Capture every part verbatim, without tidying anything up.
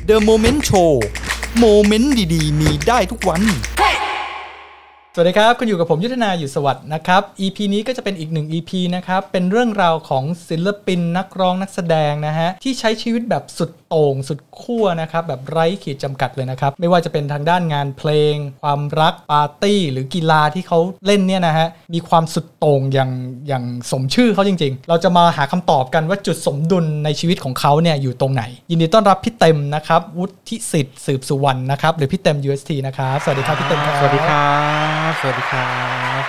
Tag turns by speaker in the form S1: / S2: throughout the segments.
S1: The Moment Show โมเมนต์ดีๆมีได้ทุกวันสวัสดีครับคุณอยู่กับผมยุทธนาอยู่สวัสดิ์นะครับ อี พี นี้ก็จะเป็นอีกหนึ่ง อี พี นะครับเป็นเรื่องราวของศิลปินนักร้องนักแสดงนะฮะที่ใช้ชีวิตแบบสุดโต่งสุดขั้วนะครับแบบไร้ขีดจำกัดเลยนะครับไม่ว่าจะเป็นทางด้านงานเพลงความรักปาร์ตี้หรือกีฬาที่เขาเล่นเนี่ยนะฮะมีความสุดโต่งอย่างอย่างสมชื่อเขาจริงๆเราจะมาหาคำตอบกันว่าจุดสมดุลในชีวิตของเขาเนี่ยอยู่ตรงไหนยินดีต้อนรับพี่เต็มนะครับวุฒิสิทธิ์สืบสุวรรณนะครับหรือพี่เต็ม ยู เอส ที นะครับสวัสดีครับพี่เต็มครับ
S2: สวัสดีครับสวัสดีครับ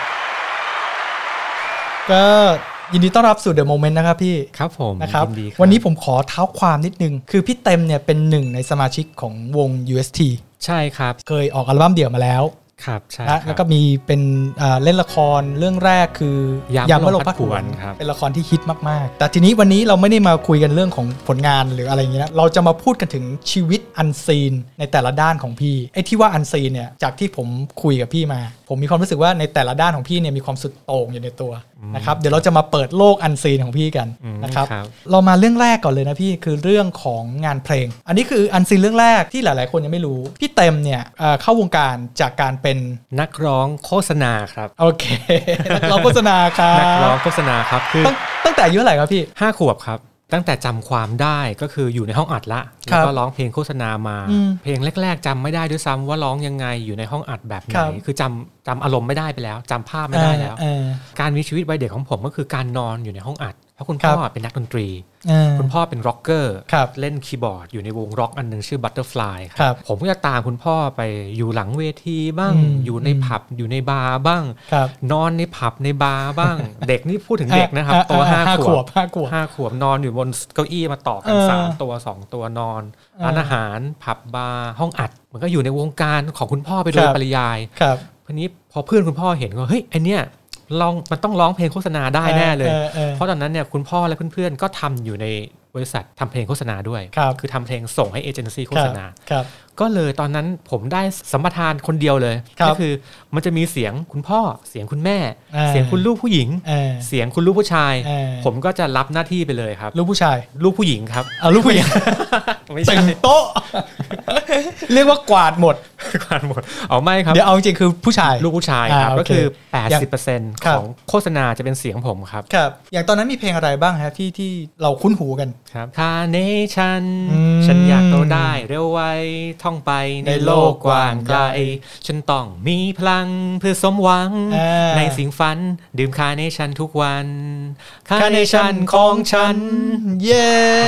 S1: ก็ยินดีต้อนรับสู่ The Moment นะครับพี่
S2: ครับผม
S1: นะครับวันนี้ผมขอเท้าความนิดนึงคือพี่เต็มเนี่ยเป็นหนึ่งในสมาชิกของวง ยู เอส ที
S2: ใช่ครับ
S1: เคยออกอัลบั้มเดี่ยวมาแล้ว
S2: ครับใช่
S1: แล้วก็มีเป็นเล่นละครเรื่องแรกคือยามเมื่อลมพัดหวนเป็นละครที่ฮิตมากๆแต่ทีนี้วันนี้เราไม่ได้มาคุยกันเรื่องของผลงานหรืออะไรอย่างเงี้ยเราจะมาพูดกันถึงชีวิตอันซีนในแต่ละด้านของพี่ไอ้ที่ว่าอันซีนเนี่ยจากที่ผมคุยกับพี่มาผมมีความรู้สึกว่าในแต่ละด้านของพี่เนี่ยมีความสุดโต่งอยู่ในตัวนะครับเดี๋ยวเราจะมาเปิดโลกอันซีนของพี่กันนะครับเรามาเรื่องแรกก่อนเลยนะพี่คือเรื่องของงานเพลงอันนี้คืออันซีนเรื่องแรกที่หลายๆคนยังไม่รู้พี่เต็มเนี่ยเข้าวงการจากการเป็น
S2: นักร้องโฆษณาครับ
S1: โอเคนักร้องโฆษณาครับ
S2: นักร้องโฆษณาครับ
S1: คือตั้งแต่อายุเท่าไหร่ครับพี่
S2: ห้าขวบครับตั้งแต่จำความได้ก็คืออยู่ในห้องอัดละแล้วก็ร้องเพลงโฆษณามาเพลงแรกๆจำไม่ได้ด้วยซ้ำว่าร้องยังไงอยู่ในห้องอัดแบบไหนคือจำจำอารมณ์ไม่ได้ไปแล้วจำภาพไม่ได้แล้วการมีชีวิตวัยเด็กของผมก็คือการนอนอยู่ในห้องอัดเพราะคุณพ่อเป็นนักดนตรีคุณพ่อเป็นร็อกเกอร์เล่นคีย์บอร์ดอยู่ในวงร็อกอันนึงชื่อ Butterfly ผมก็จะตามคุณพ่อไปอยู่หลังเวทีบ้างอยู่ในผับอยู่ในบาร์บ้างนอนในผับในบาร์บ้างเด็กนี่พูดถึงเด็กนะครับตัวห้าขวบห้าขวบห้าขวบนอนอยู่บนเก้าอี้มาต่อกันสามตัวสองตัวนอนร้านอาหารผับบาร์ห้องอัดมันก็อยู่ในวงการของคุณพ่อไปโดยปริยายทีนี้พอเพื่อนคุณพ่อเห็นก็เฮ้ยไอเนี้ยลองมันต้องร้องเพลงโฆษณาได้แน่เลยเพราะตอนนั้นเนี่ยคุณพ่อและเพื่อนๆก็ทำอยู่ในบริษัททำเพลงโฆษณาด้วยคือทำเพลงส่งให้เอเจนซี่โฆษณาก็เลยตอนนั้นผมได้สัมปทานคนเดียวเลยก็คือมันจะมีเสียงคุณพ่อเสียงคุณแม่เสียงคุณลูกผู้หญิงเสียงคุณลูกผู้ชายผมก็จะรับหน้าที่ไปเลยครับ
S1: ลูกผู้ชาย
S2: ลูกผู้หญิงครับ
S1: เอาลูกผู้หญิง
S2: ไม่ใช่
S1: โต๊ะเรียกว่ากวาดหมด
S2: กวาดหมดเอาไม่ครับ
S1: เดี๋ยวเอาจริงคือผู้ชาย
S2: ลูกผู้ชายครับก็คือ แปดสิบเปอร์เซ็นต์ ของโฆษณาจะเป็นเสียงผมครับ
S1: ครับอย่างตอนนั้นมีเพลงอะไรบ้างฮะที่ที่เราคุ้นหูกัน
S2: ครับคาเนชั่นฉันอยากโตได้เร็วไวท่องไปในโลกกว้างไกลฉันต้องมีพลังเพื่อสมหวังในสิ่งฝันดื่มคาเนชั่นทุกวันคาเนชั่นของฉัน
S1: เย้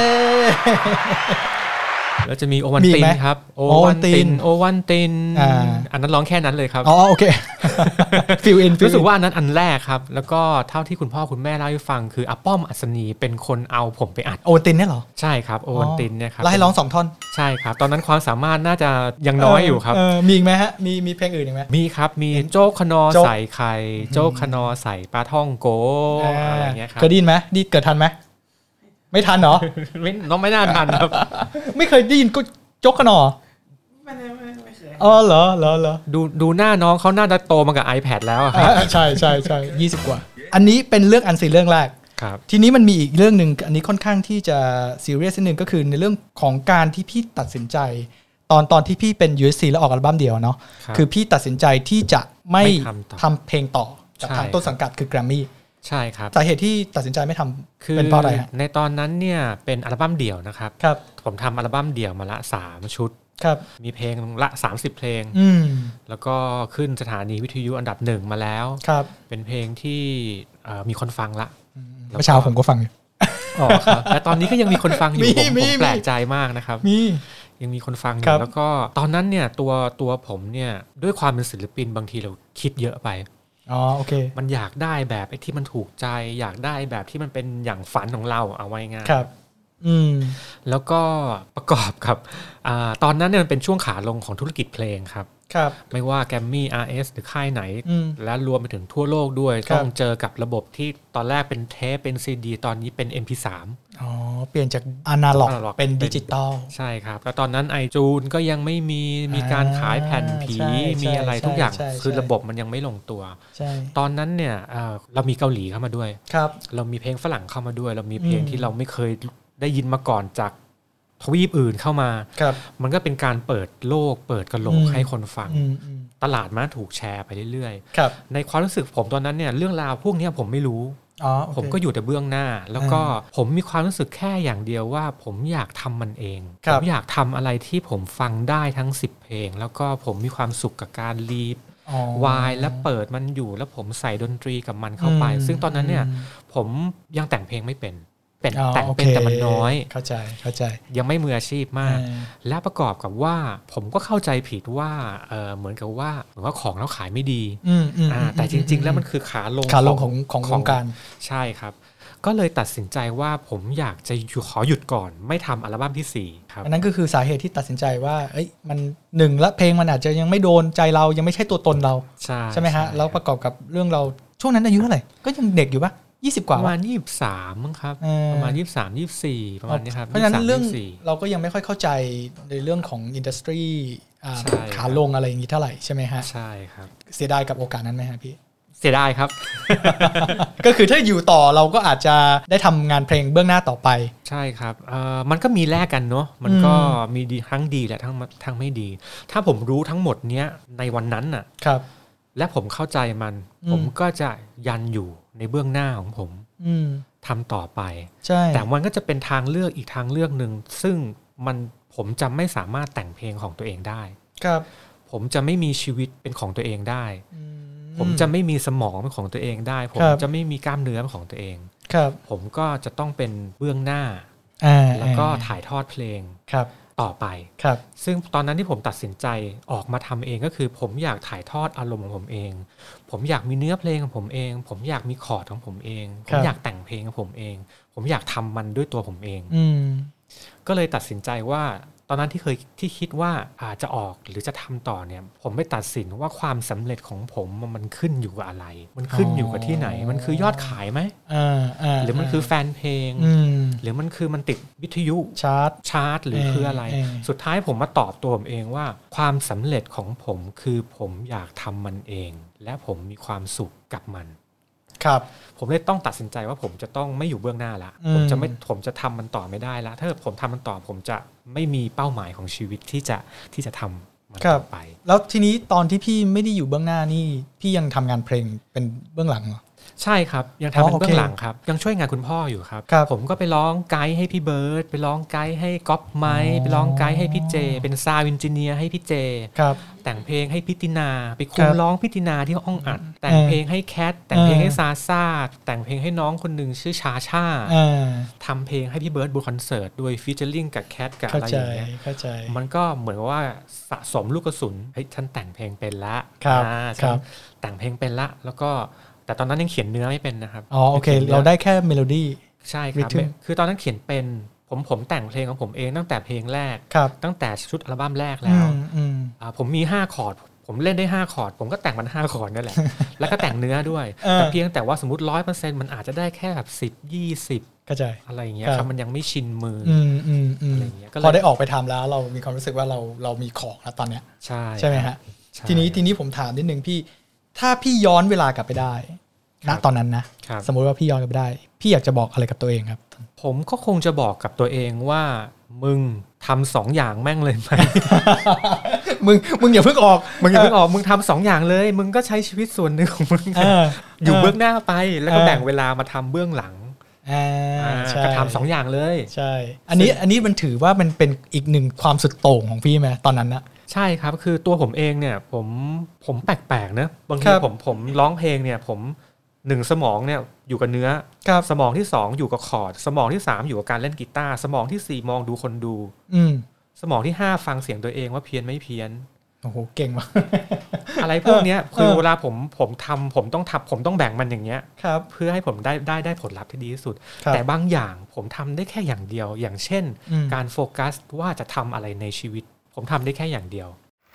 S2: แล้วจะมีโอวันตินครับโอวันตินโอวันตินอันนั้นร้องแค่นั้นเลยครับ
S1: อ๋อโอเคฟิลอิน
S2: รู้สึกว่าอันนั้นอันแรกครับแล้วก็เท่าที่คุณพ่อคุณแม่เล่าให้ฟังคืออาป้อมอัศนีเป็นคนเอาผมไปอัด
S1: โอวันตินเนี่ยเหรอ
S2: ใช่ครับโอวันตินเนี่ยครับ
S1: แล้วให้ร้องสองท่อน
S2: ใช่ครับตอนนั้นความสามารถน่าจะยังน้อยอยู่ครับ
S1: มีอีกไหมฮะมีมีเพลงอื่นอีกไหม
S2: มีครับมีโจ๊กขนอใส่ไข่โจ๊กขนอใส่ปลาท่องโกอะไรเงี้ยครับ
S1: เคยได้ยินไหมดีเกิดทันไหมไม่ทันเหรอ
S2: ไม่น้องไม่น่าทันครับ
S1: ไม่เคยได้ยินก็โจ๊กขนอ
S3: ไม่ไม่ไม่เคย
S1: อ๋อเหรอเหรอเหรอ
S2: ดูดูหน้าน้องเขาน่าจะโตมากับ iPad แล้วครับ
S1: ใช่ใช่ใช่ยี่สิบกว่าอันนี้เป็นเรื่องอันซีนเรื่องแรกทีนี้มันมีอีกเรื่องนึงอันนี้ค่อนข้างที่จะซีเรียสนิดนึงก็คือในเรื่องของการที่พี่ตัดสินใจตอนตอนที่พี่เป็น ยู เอส ซี แล้วออกอัลบั้มเดี่ยวเนาะคือพี่ตัดสินใจที่จะไม่ทำเพลงต่อจากทางต้นสังกัดคือ Grammy
S2: ใช่ครับ
S1: สาเหตุที่ตัดสินใจไม่ทำเป็นเพราะอะไร
S2: ในตอนนั้นเนี่ยเป็นอัลบั้มเดี่ยวนะครับผมทำอัลบั้มเดี่ยวมาละสามชุดมีเพลงละสามสิบเพลงแล้วก็ขึ้นสถานีวิทยุอันดับหนึ่งมาแล้วเป็นเพลงที่มีคนฟังละ
S1: เมื่อเช้าผมก็ฟังอยู่
S2: อ๋อครับแต่ตอนนี้ก็ยังมีคนฟังอยู่ผมแปลกใจมากนะครับ
S1: มี
S2: ยังมีคนฟังอยู่แล้วก็ตอนนั้นเนี่ยตัวตัวผมเนี่ยด้วยความเป็นศิลปินบางทีเราคิดเยอะไป
S1: อ๋อโอเค
S2: มันอยากได้แบบไอ้ที่มันถูกใจอยากได้แบบที่มันเป็นอย่างฝันของเราเอาไว้ง่าย
S1: ครับอืม
S2: แล้วก็ประกอบกับอ่าตอนนั้นเนี่ยมันเป็นช่วงขาลงของธุรกิจเพลงครับ
S1: ครับ
S2: ไม่ว่า Grammy อาร์ เอส หรือค่ายไหนและรวมไปถึงทั่วโลกด้วยต้องเจอกับระบบที่ตอนแรกเป็นเทปเป็น ซี ดี ตอนนี้เป็น เอ็ม พี สาม
S1: อ๋อเปลี่ยนจากอนาล็อกเป็นดิจิตอล
S2: ใช่ครับแล้วตอนนั้น iTunes ก็ยังไม่มีมีการขายแผ่นผีมีอะไรทุกอย่างคือระบบมันยังไม่ลงตัวตอนนั้นเนี่ยเรามีเกาหลีเข้ามาด้วยเรามีเพลงฝรั่งเข้ามาด้วยเรามีเพลงที่เราไม่เคยได้ยินมาก่อนจากทวีปอื่นเข้ามามันก็เป็นการเปิดโลกเปิดกระโหลกให้คนฟังตลาดมันถูกแชร์ไปเรื่อยๆในความรู้สึกผมตอนนั้นเนี่ยเรื่องราวพวกนี้ผมไม่รู้ผมก็อยู่แต่เบื้องหน้าแล้วก็ผมมีความรู้สึกแค่อย่างเดียวว่าผมอยากทำมันเองผมอยากทำอะไรที่ผมฟังได้ทั้งสิบเพลงแล้วก็ผมมีความสุขกับการรีบวายและเปิดมันอยู่แล้วผมใส่ดนตรีกับมันเข้าไปซึ่งตอนนั้นเนี่ยผมยังแต่งเพลงไม่เป็นแต่งเป็นแต่มันน้อย
S1: เข้าใจเข้าใจ
S2: ยังไม่มืออาชีพมากและประกอบกับว่าผมก็เข้าใจผิดว่าเออเหมือนกับว่าเหมือนว่าของแล้วขายไม่ดีแต่จริงๆแล้วมันคือขาลง
S1: ขาลงของของวงการ
S2: ใช่ครับก็เลยตัดสินใจว่าผมอยากจะขอหยุดก่อนไม่ทำอัลบั้มที่สี่ครับ
S1: อันนั้นก็คือสาเหตุที่ตัดสินใจว่าเอ้ยมันหนึ่งละเพลงมันอาจจะยังไม่โดนใจเรายังไม่ใช่ตัวตนเรา
S2: ใช่
S1: ใช่ไหมฮะแล้วประกอบกับเรื่องเราช่วงนั้นอายุเท่าไหร่ก็ยังเด็กอยู่ปะยี่สิบกว่า
S2: ประมาณยี่สิบสามมั้งครับประมาณยี่สิบสาม ยี่สิบสี่ประมาณนี้ครับ
S1: เพราะฉะนั้นเรื่องเราก็ยังไม่ค่อยเข้าใจในเรื่องของอินดัสทรีขาลงอะไรอย่างนี้เท่าไหร่ใช่ไหมฮะ
S2: ใช่ครับ
S1: เสียดายกับโอกาสนั้นไหมฮะพี่
S2: เสียดายครับ
S1: ก็คือถ้าอยู่ต่อเราก็อาจจะได้ทำงานเพลงเบื้องหน้าต่อไป
S2: ใช่ครับมันก็มีแลกกันเนาะมันก็มีดีทั้งดีและทั้งทั้งไม่ดีถ้าผมรู้ทั้งหมดเนี้ยในวันนั้นน่ะ
S1: ครับ
S2: และผมเข้าใจมันผมก็จะยันอยู่ในเบื้องหน้าของผมทำต่อไปแต่มันก็จะเป็นทางเลือกอีกทางเลือกหนึ่งซึ่งมันผมจะไม่สามารถแต่งเพลงของตัวเองได้
S1: ครับ
S2: ผมจะไม่มีชีวิตเป็นของตัวเองได้ผมจะไม่มีสมองเป็นของตัวเองได้ผมจะไม่มีกล้ามเนื้อเป็นของตัวเองผมก็จะต้องเป็นเบื้องหน้าแล้วก็ถ่ายทอดเพลงต่อไปซึ่งตอนนั้นที่ผมตัดสินใจออกมาทำเองก็คือผมอยากถ่ายทอดอารมณ์ของผมเองผมอยากมีเนื้อเพลงของผมเองผมอยากมีคอร์ดของผมเองผมอยากแต่งเพลงของผมเองผมอยากทำมันด้วยตัวผมเองก็เลยตัดสินใจว่าตอนนั้นที่เคยที่คิดว่าอาจจะออกหรือจะทำต่อเนี่ยผมไม่ตัดสินว่าความสำเร็จของผมมันขึ้นอยู่กับอะไรมันขึ้นอยู่กับที่ไหนมันคือยอดขายไหมหรือมันคือแฟนเพลงหรือมันคือมันติดวิทยุ
S1: ชาร์ต
S2: ชาร์ตหรือคืออะไรสุดท้ายผมมาตอบตัวผมเองว่าความสำเร็จของผมคือผมอยากทำมันเองและผมมีความสุขกับมัน
S1: ครับ
S2: ผมเลยต้องตัดสินใจว่าผมจะต้องไม่อยู่เบื้องหน้าละผมจะไม่ผมจะทำมันต่อไม่ได้ละถ้าผมทำมันต่อผมจะไม่มีเป้าหมายของชีวิตที่จะที่จะทำมันต่อไป
S1: แล้วทีนี้ตอนที่พี่ไม่ได้อยู่เบื้องหน้านี่พี่ยังทำงานเพลงเป็นเบื้องหลังเหรอ
S2: ใช่ครับยังทำเป็นเบื้องหลังครับยังช่วยงานคุณพ่ออยู่ครับผมก็ไปร้องไกด์ให้พี่เบิร์ดไปร้องไกด์ให้ก๊อฟไมค์ไปร้องไกด์ให้พี่เจเป็นซาวด์เอนจิเนียร์ให้พี่เจแต่งเพลงให้พิตินาไปคุมร้องพิตินาที่ห้องอัดแต่งเพลงให้แคทแต่งเพลงให้ซาซ่าแต่งเพลงให้น้องคนหนึ่งชื่อชาชาทำเพลงให้พี่เบิร์ดบนคอนเสิร์ตโดยฟีเจอริ่งกับแคทกับอะไรอย่างเงี้ยมันก็เหมือนว่าสะสมลูกกระสุนเฮ้ยฉันแต่งเพลงเป็นละแต่งเพลงเป็นละแล้วก็แต่ตอนนั้นยังเขียนเนื้อไม่เป็นนะครับ
S1: อ๋อโอเคเราได้แค่เมโลดี้
S2: ใช่ครับคือตอนนั้นเขียนเป็นผมผมแต่งเพลงของผมเองตั้งแต่เพลงแรกตั้งแต่ชุดอัลบั้มแรกแล้วผมมีห้าคอร์ดผมเล่นได้ห้าคอร์ดผมก็แต่งมันห้าคอร์ดนั่นแหละแล้วก็แต่งเนื้อด้วยแต่เพียงแต่ว่าสมมุติ ร้อยเปอร์เซ็นต์ มันอาจจะได้แค่แบบสิบ ยี่สิบ
S1: เข้าใจ
S2: อะไรอย่างเงี้ยครับมันยังไม่ชินมือ
S1: อะไรอย่างเงี้ยพอได้ออกไปทำแล้วเรามีความรู้สึกว่าเราเรามีของแล้วตอนเนี้ย
S2: ใช่
S1: ใช่ไหมฮะทีนี้ทีนี้ผมถามนิดนึงพี่ถ้าพี่ย้อนเวลากลับไปได้ณตอนนั้นนะสมมติว่าพี่ย้อนกลับไปได้พี่อยากจะบอกอะไรกับตัวเองครับ
S2: ผมก็คงจะบอกกับตัวเองว่ามึงทำสองอย่างแม่งเลยไหม
S1: มึงมึงอย่าเพิ่งออก
S2: มึงอย่าเพิ่งออกมึงทำสองอย่างเลยมึงก็ใช้ชีวิตส่วนหนึ่งของมึงอยู่เบื้องหน้าไปแล้วก็แบ่งเวลามาทำเบื้องหลังก็ทำสองอย่างเลย
S1: ใช่อันนี้อันนี้มันถือว่ามันเป็นอีกหนึ่งความสุดโต่งของพี่ไหมตอนนั้นนะ
S2: ใช่ครับคือตัวผมเองเนี่ยผมผมแปลกๆนะบางทีผมผมร้องเพลงเนี่ยผมหนึ่งสมองเนี่ยอยู่กับเนื้อสมองที่สองอยู่กับคอร์ดสมองที่สามอยู่กับการเล่นกีตาร์สมองที่สี่มองดูคนดูสมองที่ห้าฟังเสียงตัวเองว่าเพี้ยนไม่เพี้ยน
S1: โอ้โหเก่งมาก
S2: อะไรพวกนี้คือเวลาผมผมทำผมต้องทำผมต้องแบ่งมันอย่างเงี้ยเพื่อให้ผมได้ได้ได้ผลลัพธ์ที่ดีที่สุดแต่บางอย่างผมทำได้แค่อย่างเดียวอย่างเช่นการโฟกัสว่าจะทำอะไรในชีวิตผมทำได้แค่อย่างเดียว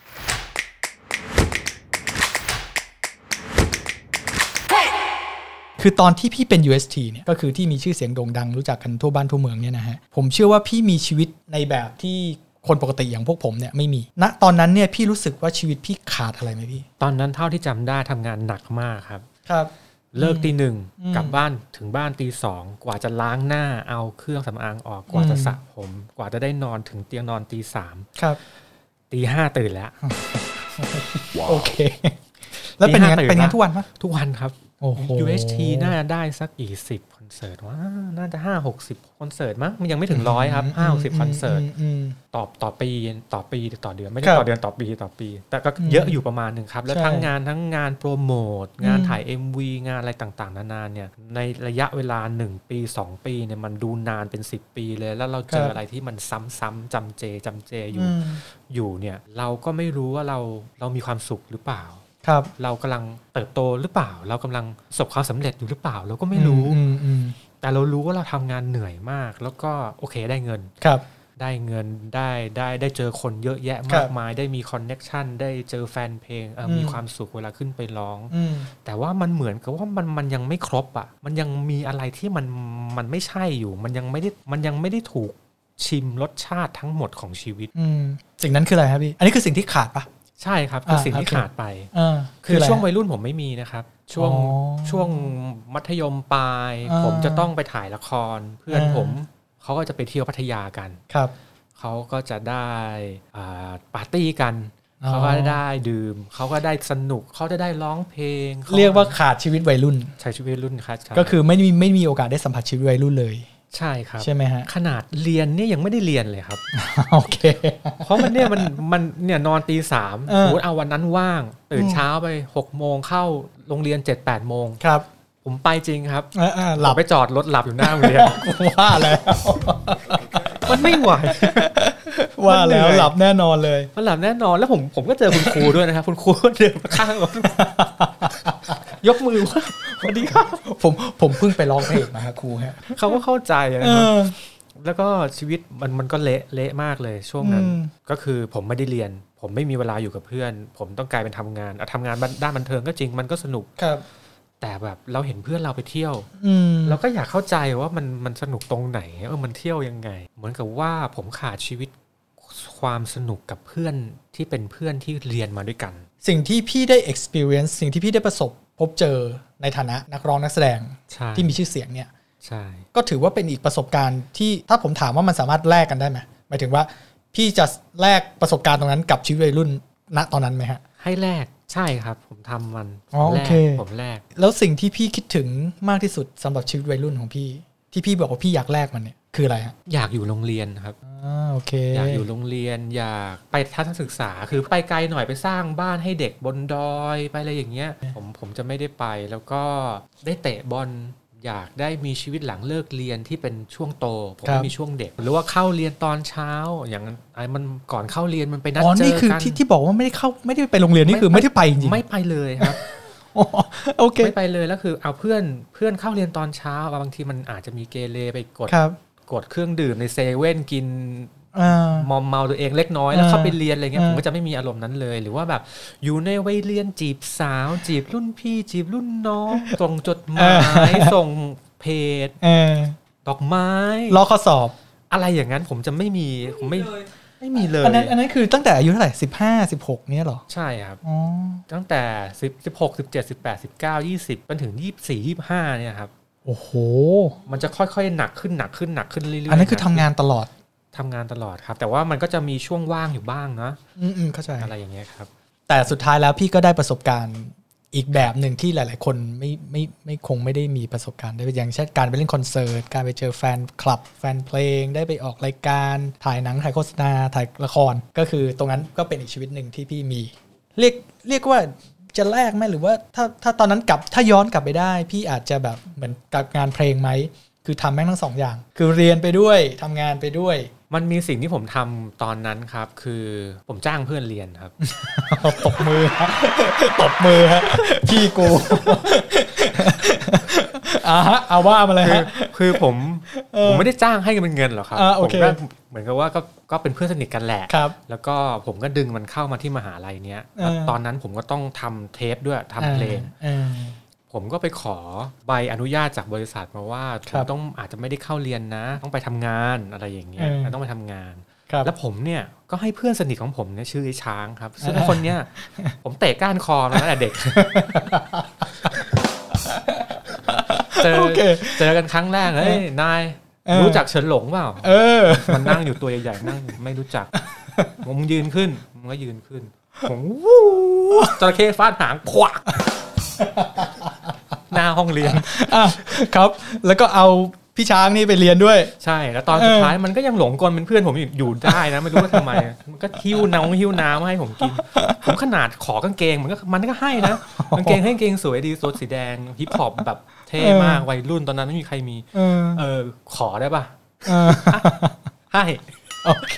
S1: คือตอนที่พี่เป็น ยู เอส ที เนี่ยก็คือที่มีชื่อเสียงโด่งดังรู้จักกันทั่วบ้านทั่วเมืองเนี่ยนะฮะผมเชื่อว่าพี่มีชีวิตในแบบที่คนปกติอย่างพวกผมเนี่ยไม่มีณตอนนั้นเนี่ยพี่รู้สึกว่าชีวิตพี่ขาดอะไรไหมพี่
S2: ตอนนั้นเท่าที่จำได้ทำงานหนักมากครับ
S1: ครับ
S2: เลิกตีหนึ่งกลับบ้านถึงบ้านตีสองกว่าจะล้างหน้าเอาเครื่องสำอางออกกว่าจะสระผมกว่าจะได้นอนถึงเตียงนอนตีสาม
S1: ครับ
S2: ตีห้าตื่นแล้ว
S1: โอเคแล้วเป็นอย่างนั้นเป็นอย่างนั้นทุกวันปะ
S2: ทุกวันครับ
S1: โอ้โห
S2: ยู เอช ที น่าจะได้สักกี่สิบคอนเสิร์ตว่าน่าจะห้าหกสิบคอนเสิร์ตมั้งมันยังไม่ถึงร้อยครับห้าหกสิบคอนเสิร์ตต่อต่อปีต่อปีต่อเดือนไม่ใช่ต่อเดือนต่อปีต่อปีแต่ก็เยอะอยู่ประมาณนึงครับแล้วทั้งงานทั้งงานโปรโมทงานถ่าย เอ็ม วี งานอะไรต่างๆนานาเนี่ยในระยะเวลาหนึ่งปีสองปีเนี่ยมันดูนานเป็นสิบปีเลยแล้วเราเจออะไรที่มันซ้ำๆจำเจจำเจอยู่อยู่เนี่ยเราก็ไม่รู้ว่าเราเรามีความสุขหรือเปล่าเรากำลังเติบโตหรือเปล่าเรากำลังประสบความสำเร็จอยู่หรือเปล่าเราก็ไม่รู้แต่เรารู้ว่าเราทำงานเหนื่อยมากแล้วก็โอเคได้เงินได้เงินได้ได้ได้เจอคนเยอะแยะมากมายได้มีคอนเน็กชันได้เจอแฟนเพลงมีความสุขเวลาขึ้นไปร้องแต่ว่ามันเหมือนกับว่ามันมันยังไม่ครบอ่ะมันยังมีอะไรที่มันมันไม่ใช่อยู่มันยังไม่ได้มันยังไม่ได้ถูกชิมรสชาติทั้งหมดของชีวิต
S1: สิ่งนั้นคืออะไรครับพี่อันนี้คือสิ่งที่ขาดปะ
S2: ใช่ครับคือสิ่งที่ขาดไปคือช่วงวัยรุ่นผมไม่มีนะครับช่วงช่วงมัธยมปลายผมจะต้องไปถ่ายละครเพื่อนผมเขาก็จะไปเที่ยวพัทยากัน
S1: ครับ
S2: เขาก็จะได้ปาร์ตี้กันเขาก็ได้ดื่มเขาก็ได้สนุกเขาจะได้ร้องเพลง
S1: เรียกว่าขาดชีวิตวัยรุ่น
S2: ใช้ชีวิตวัยรุ่นครับ
S1: ก็คือไม่มีไม่มีโอกาสได้สัมผัสชีวิตวัยรุ่นเลย
S2: ใช่ครับ
S1: ใช่ไหมฮะ
S2: ขนาดเรียนเนี่ยยังไม่ได้เรียนเลยครับ
S1: โอเค
S2: เพราะมันเนี่ยมันมันเนี่ยนอนตีสามสมมติเอาวันนั้นว่างตื่นเช้าไปหกโมงเข้าโรงเรียนเจ็ดแปดโมง
S1: ครับ
S2: ผมไปจริงครับ
S1: หลับ
S2: ไปจอดรถหลับอยู่หน้าโรงเรียน
S1: ว่าแล้ว
S2: มันไม่ไหว
S1: ว่าแล้วหลับแน่นอนเลย
S2: มันหลับแน่นอนแล้วผมผมก็เจอคุณครูด้วยนะครับคุณครูเดินข้างรถยกมือว่าสวัสดีครับ
S1: ผมผมเพิ่งไปร้องเพลงมาครับครูฮะ
S2: เขาก็เข้าใจนะครับแล้วก็ชีวิตมันมันก็เละเละมากเลยช่วงนั้นก็คือผมไม่ได้เรียนผมไม่มีเวลาอยู่กับเพื่อนผมต้องกลายเป็นทำงานทำงานด้านบันเทิงก็จริงมันก็สนุกแต่แบบเราเห็นเพื่อนเราไปเที่ยวเราก็อยากเข้าใจว่ามันมันสนุกตรงไหนเออมันเที่ยวยังไงเหมือนกับว่าผมขาดชีวิตความสนุกกับเพื่อนที่เป็นเพื่อนที่เรียนมาด้วยกัน
S1: สิ่งที่พี่ได้ experience สิ่งที่พี่ได้ประสบพบเจอในฐานะนักร้องนักแสดงที่มีชื่อเสียงเนี่ย
S2: ใช่
S1: ก็ถือว่าเป็นอีกประสบการณ์ที่ถ้าผมถามว่ามันสามารถแลกกันได้ไหมหมายถึงว่าพี่จะแลกประสบการณ์ตรงนั้นกับชีวิตวัยรุ่นณตอนนั้นไหมฮะ
S2: ให้แลกใช่ครับผมทำมัน
S1: โอเค
S2: ผมแลก
S1: แล้วสิ่งที่พี่คิดถึงมากที่สุดสำหรับชีวิตวัยรุ่นของพี่ที่พี่บอกว่าพี่อยากแลกมันเนี่ยคืออะไรฮะ
S2: อยากอยู่โรงเรียนครับ
S1: อ่าโอเค
S2: อยากอยู่โรงเรียนอยากไปทัศนศึกษาคือไปไกลหน่อยไปสร้างบ้านให้เด็กบนดอยไปอะไรอย่างเงี้ยผมผมจะไม่ได้ไปแล้วก็ได้เตะบอลอยากได้มีชีวิตหลังเลิกเรียนที่เป็นช่วงโตผมไม่มีช่วงเด็กหรือว่าเข้าเรียนตอนเช้าอย่างไอ้มันก่อนเข้าเรียนมันไปนัดเจอกันอ๋อ
S1: นี่คือที่ที่บอกว่าไม่ได้เข้าไม่ได้ไปโรงเรียนนี่คือไม่ได้ไปจริง
S2: ไม่ไปเลยครับ
S1: โอเค
S2: ไม่ไปเลยแล้วคือเอาเพื่อนเพื่อนเข้าเรียนตอนเช้าบางทีมันอาจจะมีเกเรไปกดกดเครื่องดื่มในเซเว่นกินมอมเมาตัวเองเล็กน้อยแล้วเข้าไปเรียนอะไรเงี้ยผมก็จะไม่มีอารมณ์นั้นเลยหรือว่าแบบอยู่ในวัยเรียนจีบสาวจีบรุ่นพี่จีบรุ่นน้องส่งจดหมายส่งเพจดอกไม้
S1: รอข้อสอบ
S2: อะไรอย่างนั้นผมจะไม่มีผมไม่ไม่มีเลย
S1: อันนั้นอันนั้นคือตั้งแต่อายุเท่าไหร่สิบห้า สิบหกเนี่ยหรอ
S2: ใช่ครับอ๋อตั้งแต่สิบ สิบหก สิบเจ็ด สิบแปด สิบเก้า ยี่สิบจนถึงยี่สิบสี่ ยี่สิบห้าเนี่ยครับ
S1: โอ้โห
S2: มันจะค่อยๆหนักขึ้นหนักขึ้นหนักขึ้นเรื่อยๆ
S1: อันนั้นคือทำงานตลอด
S2: ทำงานตลอดครับแต่ว่ามันก็จะมีช่วงว่างอยู่บ้างเนาะ
S1: อืมๆเข้าใจ
S2: อะไรอย่างเงี้ยครับ
S1: แต่สุดท้ายแล้วพี่ก็ได้ประสบการณ์อีกแบบหนึ่งที่หลายๆคนไม่ไม่ไม่คงไม่ได้มีประสบการณ์ได้อย่างเช่นการไปเล่นคอนเสิร์ตการไปเจอแฟนคลับแฟนเพลงได้ไปออกรายการถ่ายหนังถ่ายโฆษณาถ่ายละครก็คือตรงนั้นก็เป็นอีกชีวิตหนึ่งที่พี่มีเรียกเรียกว่าจะแลกไหมหรือว่าถ้าถ้าตอนนั้นกลับถ้าย้อนกลับไปได้พี่อาจจะแบบเหมือนกับงานเพลงไหมคือทำแม่งทั้งสองอย่างคือเรียนไปด้วยทำงานไปด้วย
S2: มันมีสิ่งที่ผมทำตอนนั้นครับคือผมจ้างเพื่อนเรียนครับ
S1: ตบมือตบมือฮะพี่กูอ่าฮะเอาว่ามาเลยฮะ
S2: คือผมผมไม่ได้จ้างให้เป็นเงินหรอกครับผมก็เหมือนกับว่าก็ก็เป็นเพื่อนสนิทกันแหละแล้วก็ผมก็ดึงมันเข้ามาที่มหาลัยเนี้ยตอนนั้นผมก็ต้องทำเทปด้วยทำเพลงผมก็ไปขอใบอนุญาตจากบริษัทมาว่าผมต้องอาจจะไม่ได้เข้าเรียนนะต้องไปทำงานอะไรอย่างเงี้ยต้องไปทำงานแล้วผมเนี่ยก็ให้เพื่อนสนิทของผมเนี่ยชื่อไอ้ช้างครับซึ่งคนเนี้ยผมเตะก้านคอมาตั้งแต่เด็กเจอเจอกันครั้งแรกเฮ้ยนายรู้จักเฉินหลงเปล่า
S1: เออ
S2: มันนั่งอยู่ตัวใหญ่ๆนั่งไม่รู้จักผมยืนขึ้นมันก็ยืนขึ้นผมวู้จระเข้ฟาดหางควักหน้าห้องเรียน
S1: ครับแล้วก็เอาพี่ช้างนี่ไปเรียนด้วย
S2: ใช่แล้วตอนสุดท้ายมันก็ยังหลงกลเป็นเพื่อนผมอยู่ได้นะไม่รู้ว่าทำไมมันก็หิ้วน้ำหิ้วน้ำให้ผมกินผมขนาดขอกางเกงมันก็มันก็ให้นะกางเกงให้กางเกงสวยดีตัวสีแดงฮิปฮอปแบบเท่มากวัยรุ่นตอนนั้นไม่มีใครมีเออขอได้ป่ะให้
S1: โอเค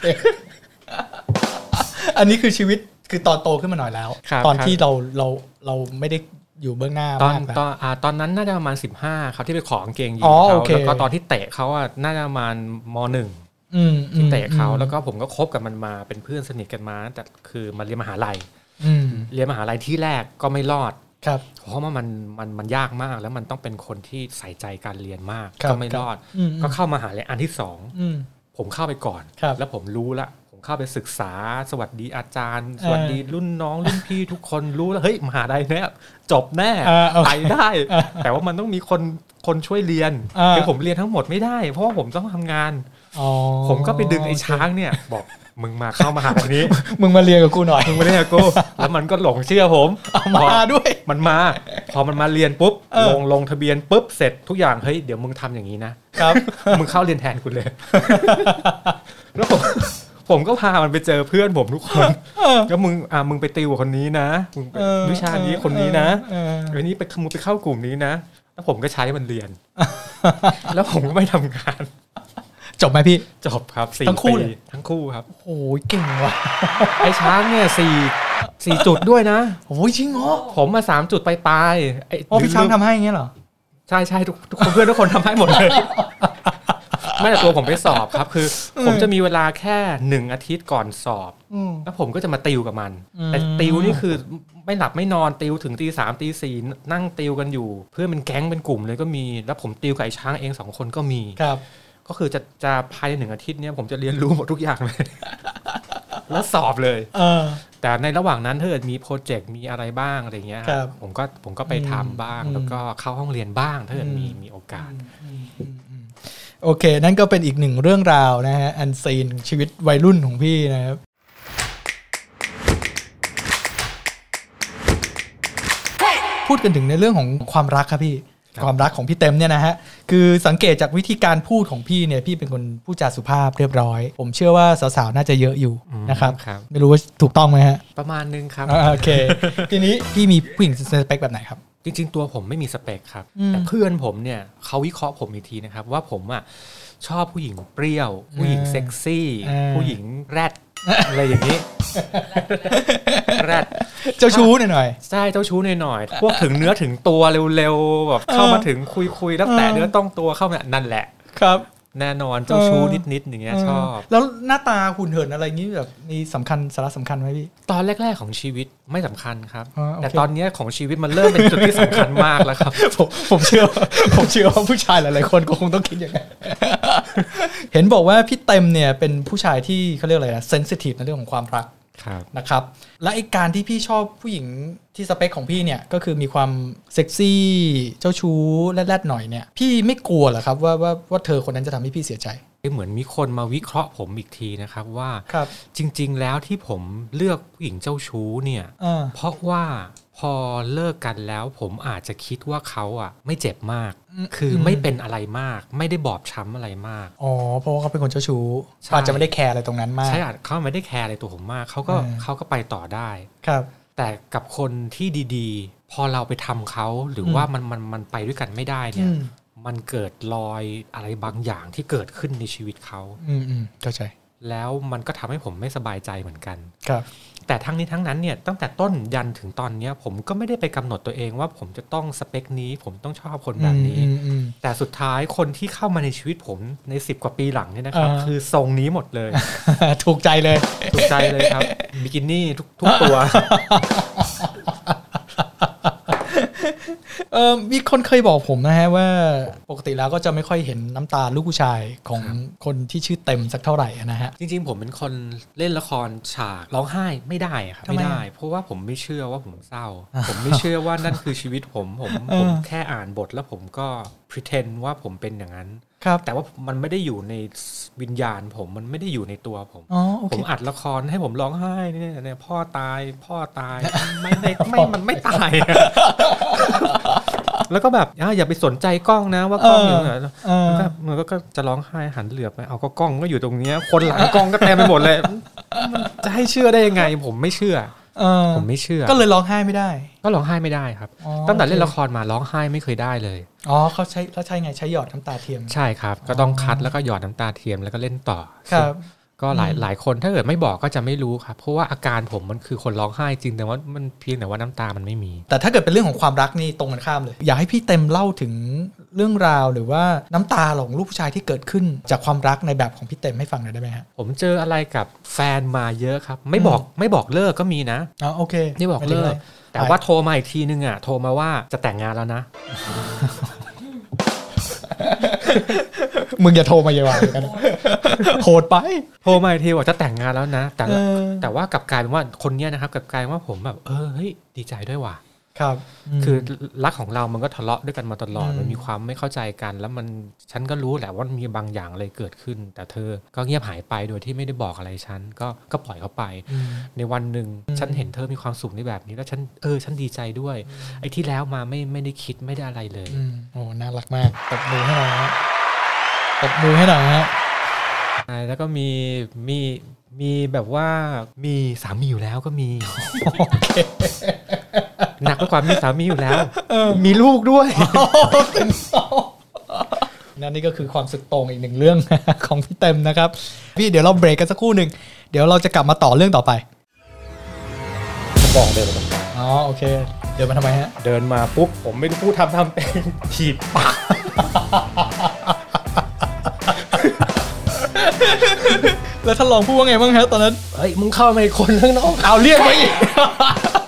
S1: อันนี้คือชีวิตคือตอนโตขึ้นมาหน่อยแล้วตอนที่เราเราเราไม่ได้อยู่เบื้องหน้า
S2: ตอนตอนอ่าตอนนั้นน่าจะประมาณสิบห้าครับที่ไปขอกางเกงยีนเขาแล้วก็ตอนที่เตะเขาอ่ะน่าจะประมาณม.หนึ่งที่เตะเขาแล้วก็ผมก็คบกับมันมาเป็นเพื่อนสนิทกันมาแต่คือมาเรียนมหาลัยเรียนมหาลัยที่แรกก็ไม่รอดเพราะว่ามันมันมันยากมากแล้วมันต้องเป็นคนที่ใส่ใจการเรียนมากก็ไม่รอดก็เข้ามหาลัยอันที่สองผมเข้าไปก่อนแล้วผมรู้ละเข้าไปศึกษาสวัสดีอาจารย์สวัสดีรุ่นน้องรุ่นพี่ทุกคนรู้แล้วเฮ้ยมหาลัยเนี่ยจบแน่ไปได้แต่ว่ามันต้องมีคนคนช่วยเรียนคือผมเรียนทั้งหมดไม่ได้เพราะว่าผมต้องทำงานผมก็ไปดึงไอ้ช้างเนี่ยบอกมึงมาเข้ามหาลัยนี้
S1: มึงมาเรียนกับกูหน่อย
S2: มึงมาเรียนกับกูแล้วมันก็หลงเชื่อผม
S1: มาด้วย
S2: มันมาพอมันมาเรียนปุ๊บลงลงทะเบียนปุ๊บเสร็จทุกอย่างเฮ้ยเดี๋ยวมึงทำอย่างนี้นะครับมึงเข้าเรียนแทนกูเลยแล้วผมผมก็พามันไปเจอเพื่อนผมทุกคนแล้วมึงอ่ะมึงไปติวกับคนนี้นะมึงวิชานี้คนนี้นะอันนี้ไปมึงไปเข้ากลุ่มนี้นะแล้วผมก็ใช้มันเรียนแล้วผมก็ไม่ทำงาน
S1: จบไหมพี่
S2: จบครับสี่ปีทั้งคู่ครับ
S1: โอ้ยเก่งว่ะ
S2: ไอ้ช้างเนี่ยสี่สี่จุดด้วยนะ
S1: โอ้ยจริงเหรอ
S2: ผมมาสามจุดปลาย
S1: ๆไอ้พี่ช้างทำให้อย่างเงี้ยเหรอ
S2: ใช่ใช่ทุกทุกคนเพื่อนทุกคนทำให้หมดเลยไม่แต่ตัวผมไปสอบครับคือผมจะมีเวลาแค่หนึ่งอาทิตย์ก่อนสอบแล้วผมก็จะมาติวกับมันแต่ติวนี่คือไม่หลับไม่นอนติวถึงตีสามตีสี่นั่งติวกันอยู่เพื่อนเป็นแก๊งเป็นกลุ่มเลยก็มีแล้วผมติวกับไอ้ช้างเองสองคนก็มี
S1: ครับ
S2: ก็คือจะจะภายในหนึ่งอาทิตย์เนี้ยผมจะเรียนรู้หมดทุกอย่างเลยแล้วสอบเลยแต่ในระหว่างนั้นถ้าเกิดมีโปรเจกต์มีอะไรบ้างอะไรเงี้ยผมก็ผมก็ไปทำบ้างแล้วก็เข้าห้องเรียนบ้างถ้าเกิดมีมีโอกาส
S1: โอเคนั่นก็เป็นอีกหนึ่งเรื่องราวนะฮะอันซีนชีวิตวัยรุ่นของพี่นะครับพูดกันถึงในเรื่องของความรักครับพี่ความรักของพี่เต็มเนี่ยนะฮะคือสังเกตจากวิธีการพูดของพี่เนี่ยพี่เป็นคนพูดจาสุภาพเรียบร้อยผมเชื่อว่าสาวๆน่าจะเยอะอยู่นะครับไม่รู้ว่าถูกต้องไหมฮะ
S2: ประมาณนึงครับ
S1: โอเคทีนี้พี่มีผู้หญิงสเปคแบบไหนครับ
S2: จริงๆตัวผมไม่มีสเปคครับแต่เพื่อนผมเนี่ยเขาวิเคราะห์ผมอีกทีนะครับว่าผมอ่ะชอบผู้หญิงเปรี้ยวผู้หญิงเซ็กซี่ผู้หญิงแรดอะไรอย่างนี้แรด
S1: เจ้าชู้หน่อย
S2: ๆใช่เจ้าชู้หน่อยๆพวกถึงเนื้อถึงตัวเร็วๆแบบเข้ามาถึงคุยๆแล้วแต่เนื้อต้องตัวเข้ามานั่นแหละ
S1: ครับ
S2: แน่นอนเจ้าชู้นิดๆอย่างเงี้ยชอบ
S1: แล้วหน้าตาหุ่นเหินอะไรงี้แบบมีสำคัญสาระสำคัญไหมพี่
S2: ตอนแรกๆของชีวิตไม่สำคัญครับแต่ตอนนี้ของชีวิตมันเริ่มเป็นจุดที่สำคัญมากแล้วครับ
S1: ผมผมเชื่อผมเชื่อว่าผู้ชายหลายๆคนก็คงต้องคิดอย่างนั้นเห็นบอกว่าพี่เต็มเนี่ยเป็นผู้ชายที่เขาเรียกอะไรนะเซนซิทีฟในเรื่องของความรักนะครับและไอ้การที่พี่ชอบผู้หญิงที่สเปคของพี่เนี่ยก็คือมีความเซ็กซี่เจ้าชู้แรดๆหน่อยเนี่ยพี่ไม่กลัวเหรอครับว่าว่าว่าเธอคนนั้นจะทำให้พี่เสียใจ
S2: เหมือนมีคนมาวิเคราะห์ผมอีกทีนะครับว่าจริงๆแล้วที่ผมเลือกผู้หญิงเจ้าชู้เนี่ยเพราะว่าพอเลิกกันแล้วผมอาจจะคิดว่าเขาอ่ะไม่เจ็บมากคือไม่เป็นอะไรมากไม่ได้บอบช้ำอะไรมาก
S1: อ๋อเพราะว่าเขาเป็นคนเจ้าชู้อาจจะไม่ได้แคร์อะไรตรงนั้นมาก
S2: ใช่อาจเขาไม่ได้แคร์อะไรตัวผมมากเขาก็เขาก็ไปต่อได้
S1: ครับ
S2: แต่กับคนที่ดีๆพอเราไปทำเขาหรือว่ามันมันมันไปด้วยกันไม่ได้เนี่ยมันเกิดรอยอะไรบางอย่างที่เกิดขึ้นในชีวิตเขา
S1: อืมอืมเข้าใจ
S2: แล้วมันก็ทำให้ผมไม่สบายใจเหมือนกัน
S1: ครับ
S2: แต่ทั้งนี้ทั้งนั้นเนี่ยตั้งแต่ต้นยันถึงตอนนี้ผมก็ไม่ได้ไปกำหนดตัวเองว่าผมจะต้องสเปคนี้ผมต้องชอบคนแบบนี้แต่สุดท้ายคนที่เข้ามาในชีวิตผมในสิบกว่าปีหลังเนี่ยนะครับคือทรงนี้หมดเลย
S1: ถูกใจเลย
S2: ถูกใจเลยครับบิกินี่ทุกทุกตัว
S1: เออมีคนเคยบอกผมนะฮะว่าปกติแล้วก็จะไม่ค่อยเห็นน้ำตาลูกผู้ชายของคนที่ชื่อเต็มสักเท่าไหร่นะฮะ
S2: จริงๆผมเป็นคนเล่นละครฉากร้องไห้ไม่ได้ครับไม่ได้เพราะว่าผมไม่เชื่อว่าผมเศร้าผมไม่เชื่อว่านั่นคือชีวิตผมผมผมแค่อ่านบทแล้วผมก็ pretend ว่าผมเป็นอย่างนั้นแต่ว่ามันไม่ได้อยู่ในวิญญาณผมมันไม่ได้อยู่ในตัวผมผมอัดละครให้ผมร้องไห้เนี่ยพ่อตายพ่อตายไม่ไม่ไม่มันไม่ตายแล้วก็แบบอย่าไปสนใจกล้องนะว่ากล้องอยู่ไหนมันก็จะร้องไห้หันเหลือบไปเอาก็กล้องก็อยู่ตรงนี้คนหลังกล้องก็เต็มไปหมดเลยมันจะให้เชื่อได้ยังไงผมไม่เชื่อผมไม่เชื่อ
S1: ก็เลยร้องไห้ไม่ได้
S2: ก็ร้องไห้ไม่ได้ครับตั้งแต่เล่นละครมาร้องไห้ไม่เคยได้เลย
S1: อ๋อเขาใช้เขาใช้ไงใช้หยอดน้ำตาเทียม
S2: ใช่ครับก็ต้องคัดแล้วก็หยอดน้ำตาเทียมแล้วก็เล่นต่อครับก็หลายหลายคนถ้าเกิดไม่บอกก็จะไม่รู้ครับเพราะว่าอาการผมมันคือคนร้องไห้จริงแต่ว่ามันเพียงแต่ว่าน้ำตามันไม่มี
S1: แต่ถ้าเกิดเป็นเรื่องของความรักนี่ตรงกันข้ามเลยอยากให้พี่เต็มเล่าถึงเรื่องราวหรือว่าน้ำตาของลูกผู้ชายที่เกิดขึ้นจากความรักในแบบของพี่เต็มให้ฟังหน่อยได้ไหมฮะ
S2: ผมเจออะไรกับแฟนมาเยอะครับไม่บอกไม่บอกเลิกก็มีนะ
S1: อ๋อโอเค
S2: ไม่บอกเลิกแต่ว่าโทรมาอีกทีนึงอ่ะโทรมาว่าจะแต่งงานแล้วนะ
S1: มึงอย่าโทรมาเยาว์กันโหดไป
S2: โทรมาทีบอกจะแต่งงานแล้วนะแต่แต่ว่ากลับกลายเป็นว่าคนเนี้ยนะครับกลับกลายว่าผมแบบเออเฮ้ยดีใจด้วยว่ะ
S1: ครับ
S2: คือรักของเรามันก็ทะเลาะด้วยกันมาตลอดมันมีความไม่เข้าใจกันแล้วมันฉันก็รู้แหละว่ามีบางอย่างอะไรเกิดขึ้นแต่เธอก็เงียบหายไปโดยที่ไม่ได้บอกอะไรฉันก็ก็ปล่อยเขาไปในวันหนึ่งฉันเห็นเธอมีความสุขในแบบนี้แล้วฉันเออฉันดีใจด้วยไอ้ที่แล้วมาไม่ไม่ได้คิดไม่ได้อะไรเลย
S1: โอ้น่ารักมากตบมือให้หน่อยฮะตบมือให้หน่อยฮะ
S2: แล้วก็มีมีมีแบบว่ามีสามีอยู่แล้วก็มีหนักกว่าความมีสามีอยู่แล้วมีลูกด้วย
S1: นั่นนี่ก็คือความสุดโต่งอีกหนึ่งเรื่องของพี่เต็มนะครับพี่เดี๋ยวเราเบรกกันสักครู่หนึ่งเดี๋ยวเราจะกลับมาต่อเรื่องต่อไป
S2: บอกเดินมา
S1: อ๋อโอเคเดินมาทำไมฮะ
S2: เดินมาปุ๊บผมไม่รู้พูดทำทำเป็นถีบปาก
S1: แล้วท่านรองพูดว่าไงบ้างฮะตอนนั้น
S2: เฮ้ยมึงเข้ามาอีกคนข้างนอก
S1: เอาเรียกมาอีก